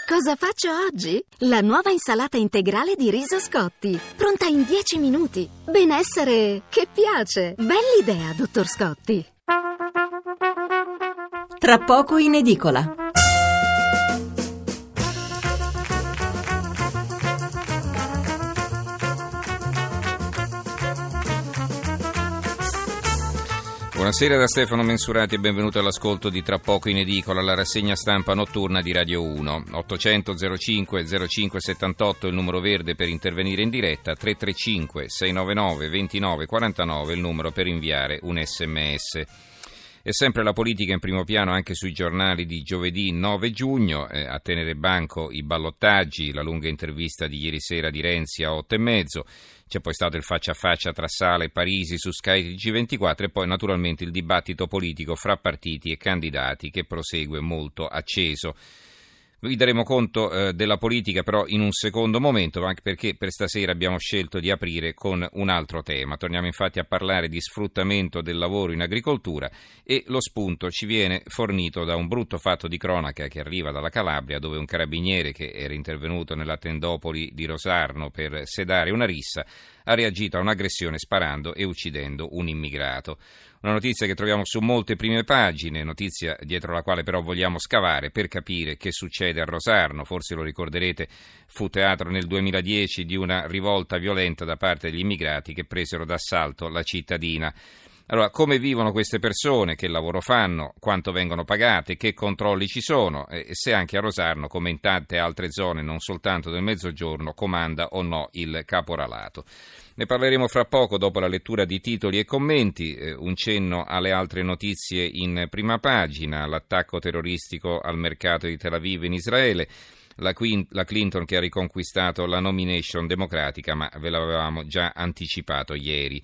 Cosa faccio oggi? La nuova insalata integrale di riso Scotti, pronta in 10 minuti. Benessere che piace. Bell'idea, dottor Scotti. Tra poco in edicola. Buonasera da Stefano Mensurati e benvenuto all'ascolto di Tra poco in edicola, la rassegna stampa notturna di Radio 1. 800 05 05 78 il numero verde per intervenire in diretta, 335 699 29 49 il numero per inviare un sms. E sempre la politica in primo piano anche sui giornali di giovedì 9 giugno, a tenere banco i ballottaggi, la lunga intervista di ieri sera di Renzi a 8:30, c'è poi stato il faccia a faccia tra Sala e Parisi su Sky G24 e poi naturalmente il dibattito politico fra partiti e candidati che prosegue molto acceso. Vi daremo conto della politica però in un secondo momento, anche perché per stasera abbiamo scelto di aprire con un altro tema. Torniamo infatti a parlare di sfruttamento del lavoro in agricoltura e lo spunto ci viene fornito da un brutto fatto di cronaca che arriva dalla Calabria, dove un carabiniere che era intervenuto nella tendopoli di Rosarno per sedare una rissa ha reagito a un'aggressione sparando e uccidendo un immigrato. Una notizia che troviamo su molte prime pagine, notizia dietro la quale però vogliamo scavare per capire che succede a Rosarno. Forse lo ricorderete, fu teatro nel 2010 di una rivolta violenta da parte degli immigrati che presero d'assalto la cittadina. Allora, come vivono queste persone, che lavoro fanno, quanto vengono pagate, che controlli ci sono e se anche a Rosarno, come in tante altre zone, non soltanto del Mezzogiorno, comanda o no il caporalato. Ne parleremo fra poco dopo la lettura di titoli e commenti, un cenno alle altre notizie in prima pagina, l'attacco terroristico al mercato di Tel Aviv in Israele, la Clinton che ha riconquistato la nomination democratica, ma ve l'avevamo già anticipato ieri.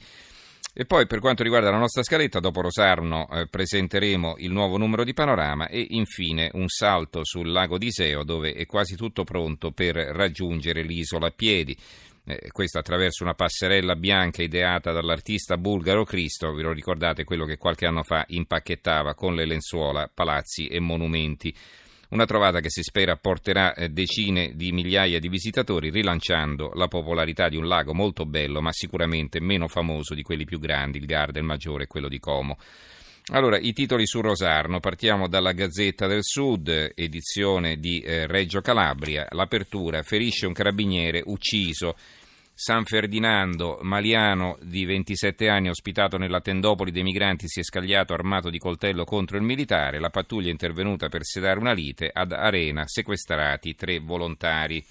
E poi per quanto riguarda la nostra scaletta, dopo Rosarno presenteremo il nuovo numero di Panorama e infine un salto sul lago di Iseo dove è quasi tutto pronto per raggiungere l'isola a piedi. Questo attraverso una passerella bianca ideata dall'artista bulgaro Cristo, ve lo ricordate, quello che qualche anno fa impacchettava con le lenzuola palazzi e monumenti. Una trovata che si spera porterà decine di migliaia di visitatori, rilanciando la popolarità di un lago molto bello, ma sicuramente meno famoso di quelli più grandi, il Garda Maggiore e quello di Como. Allora, i titoli su Rosarno, partiamo dalla Gazzetta del Sud, edizione di Reggio Calabria, l'apertura, ferisce un carabiniere ucciso. San Ferdinando, Maliano di 27 anni ospitato nella tendopoli dei migranti si è scagliato armato di coltello contro il militare, la pattuglia è intervenuta per sedare una lite, ad Arena sequestrati 3 volontari.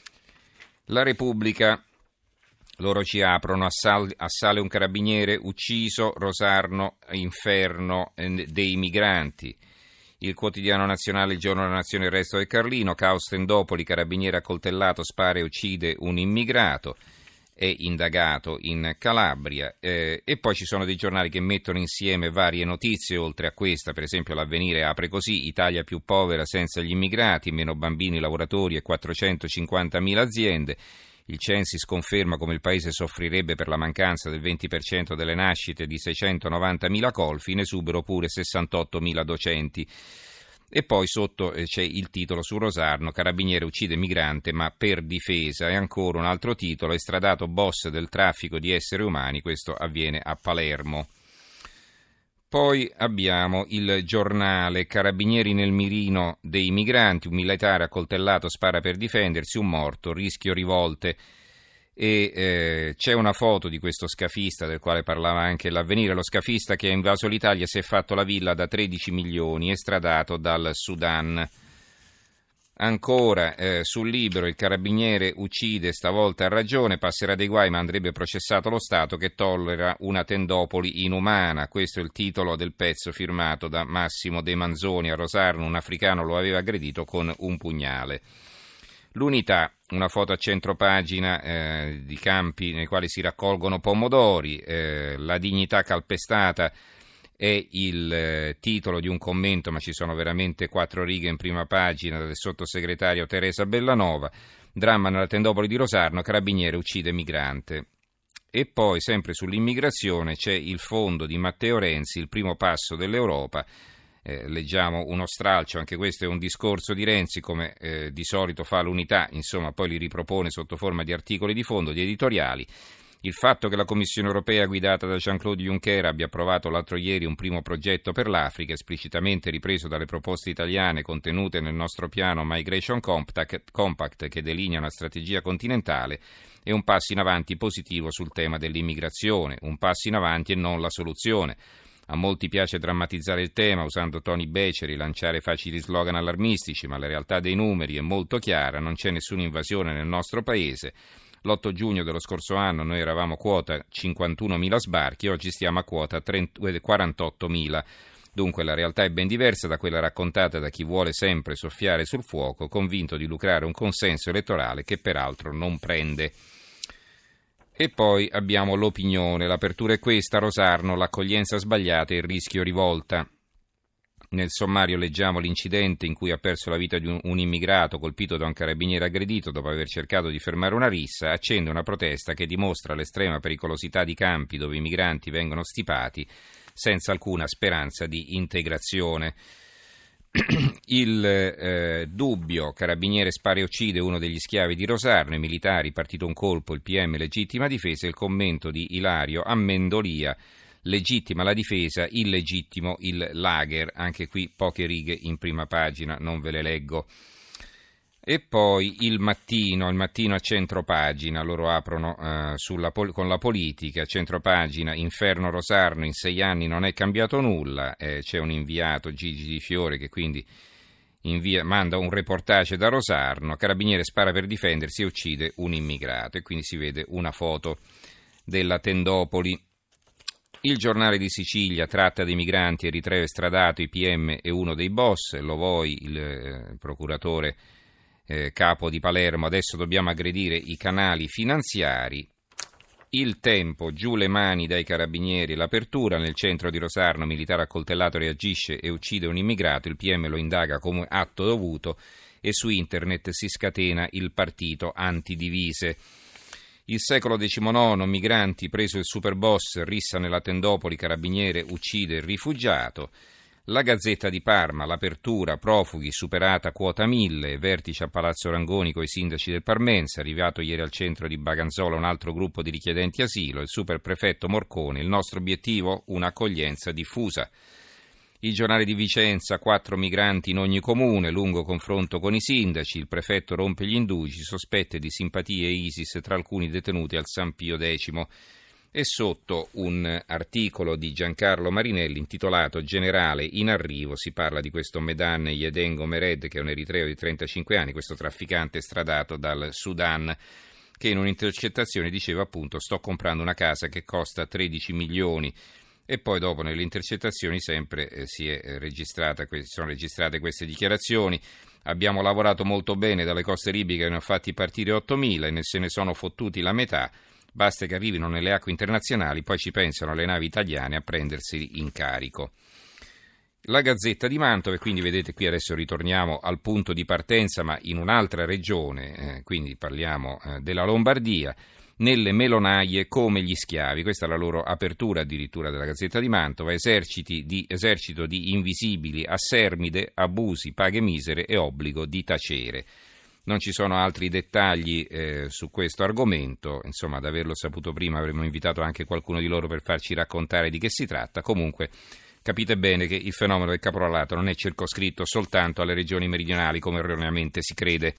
La Repubblica, loro ci aprono, assale un carabiniere ucciso, Rosarno inferno dei migranti. Il Quotidiano Nazionale, il Giorno della Nazione, il Resto del Carlino, caos tendopoli, carabiniere accoltellato, spara e uccide un immigrato, è indagato in Calabria, e poi ci sono dei giornali che mettono insieme varie notizie, oltre a questa, per esempio l'Avvenire apre così, Italia più povera senza gli immigrati, meno bambini lavoratori e 450.000 aziende. Il Censis conferma come il paese soffrirebbe per la mancanza del 20% delle nascite di 690.000 colfi, in esubero pure 68.000 docenti. E poi sotto c'è il titolo su Rosarno, carabiniere uccide migrante ma per difesa. E ancora un altro titolo, estradato boss del traffico di esseri umani, questo avviene a Palermo. Poi abbiamo il Giornale, carabinieri nel mirino dei migranti, un militare accoltellato spara per difendersi, un morto, rischio rivolte. E c'è una foto di questo scafista del quale parlava anche l'Avvenire, lo scafista che ha invaso l'Italia si è fatto la villa da 13 milioni, estradato dal Sudan. Ancora sul Libero, il carabiniere uccide, stavolta a ragione, passerà dei guai ma andrebbe processato lo Stato che tollera una tendopoli inumana. Questo è il titolo del pezzo firmato da Massimo De Manzoni. A Rosarno un africano lo aveva aggredito con un pugnale. L'Unità, una foto a centropagina di campi nei quali si raccolgono pomodori, la dignità calpestata è il titolo di un commento, ma ci sono veramente 4 righe in prima pagina del sottosegretario Teresa Bellanova. Dramma nella tendopoli di Rosarno, carabiniere uccide migrante. E poi, sempre sull'immigrazione, c'è il fondo di Matteo Renzi, il primo passo dell'Europa. Leggiamo uno stralcio, anche questo è un discorso di Renzi, come di solito fa l'Unità, insomma poi li ripropone sotto forma di articoli di fondo, di editoriali. Il fatto che la Commissione europea guidata da Jean-Claude Juncker abbia approvato l'altro ieri un primo progetto per l'Africa, esplicitamente ripreso dalle proposte italiane contenute nel nostro piano Migration Compact, che delinea una strategia continentale, è un passo in avanti positivo sul tema dell'immigrazione, un passo in avanti e non la soluzione. A molti piace drammatizzare il tema usando toni beceri, lanciare facili slogan allarmistici, ma la realtà dei numeri è molto chiara, non c'è nessuna invasione nel nostro paese. L'8 giugno dello scorso anno noi eravamo quota 51.000 sbarchi, oggi stiamo a quota 48.000. Dunque la realtà è ben diversa da quella raccontata da chi vuole sempre soffiare sul fuoco, convinto di lucrare un consenso elettorale che peraltro non prende. E poi abbiamo l'opinione, l'apertura è questa, Rosarno, l'accoglienza sbagliata e il rischio rivolta. Nel sommario leggiamo l'incidente in cui ha perso la vita di un immigrato colpito da un carabiniere aggredito dopo aver cercato di fermare una rissa, accende una protesta che dimostra l'estrema pericolosità di campi dove i migranti vengono stipati senza alcuna speranza di integrazione. Il dubbio, carabiniere spara e uccide uno degli schiavi di Rosarno, i militari, partito un colpo, il PM legittima difesa, il commento di Ilario Amendolia, legittima la difesa, illegittimo il lager, anche qui poche righe in prima pagina, non ve le leggo. E poi il mattino a centropagina, loro aprono con la politica, centropagina, inferno Rosarno, in 6 anni non è cambiato nulla, c'è un inviato, Gigi Di Fiore, che quindi manda un reportage da Rosarno, carabiniere spara per difendersi e uccide un immigrato, e quindi si vede una foto della tendopoli. Il Giornale di Sicilia tratta dei migranti, eritreo estradato, i PM e uno dei boss, Lovoi, il procuratore capo di Palermo, adesso dobbiamo aggredire i canali finanziari. Il Tempo, giù le mani dai carabinieri, l'apertura, nel centro di Rosarno, militare accoltellato reagisce e uccide un immigrato, il PM lo indaga come atto dovuto e su internet si scatena il partito antidivise. Il Secolo XIX, migranti, preso il superboss, rissa nella tendopoli, carabiniere uccide il rifugiato. La Gazzetta di Parma, l'apertura, profughi, superata quota 1000, vertice a Palazzo Rangoni coi sindaci del Parmense, arrivato ieri al centro di Baganzola un altro gruppo di richiedenti asilo, il superprefetto Morcone, il nostro obiettivo, un'accoglienza diffusa. Il Giornale di Vicenza, 4 migranti in ogni comune, lungo confronto con i sindaci, il prefetto rompe gli indugi, sospette di simpatie ISIS tra alcuni detenuti al San Pio X. E sotto un articolo di Giancarlo Marinelli intitolato Generale in arrivo, si parla di questo Medan Yedengo Mered, che è un eritreo di 35 anni, questo trafficante stradato dal Sudan, che in un'intercettazione diceva appunto sto comprando una casa che costa 13 milioni. E poi dopo nelle intercettazioni sempre sono registrate queste dichiarazioni. Abbiamo lavorato molto bene dalle coste libiche, ne ho fatti partire 8.000 e se ne sono fottuti la metà. Basta che arrivino nelle acque internazionali, poi ci pensano le navi italiane a prendersi in carico. La Gazzetta di Mantova, e quindi vedete qui adesso ritorniamo al punto di partenza, ma in un'altra regione, quindi parliamo della Lombardia, nelle melonaie come gli schiavi. Questa è la loro apertura addirittura della Gazzetta di Mantova, esercito di invisibili, assermide, abusi, paghe misere e obbligo di tacere. Non ci sono altri dettagli su questo argomento, insomma ad averlo saputo prima avremmo invitato anche qualcuno di loro per farci raccontare di che si tratta. Comunque capite bene che il fenomeno del caporalato non è circoscritto soltanto alle regioni meridionali come erroneamente si crede.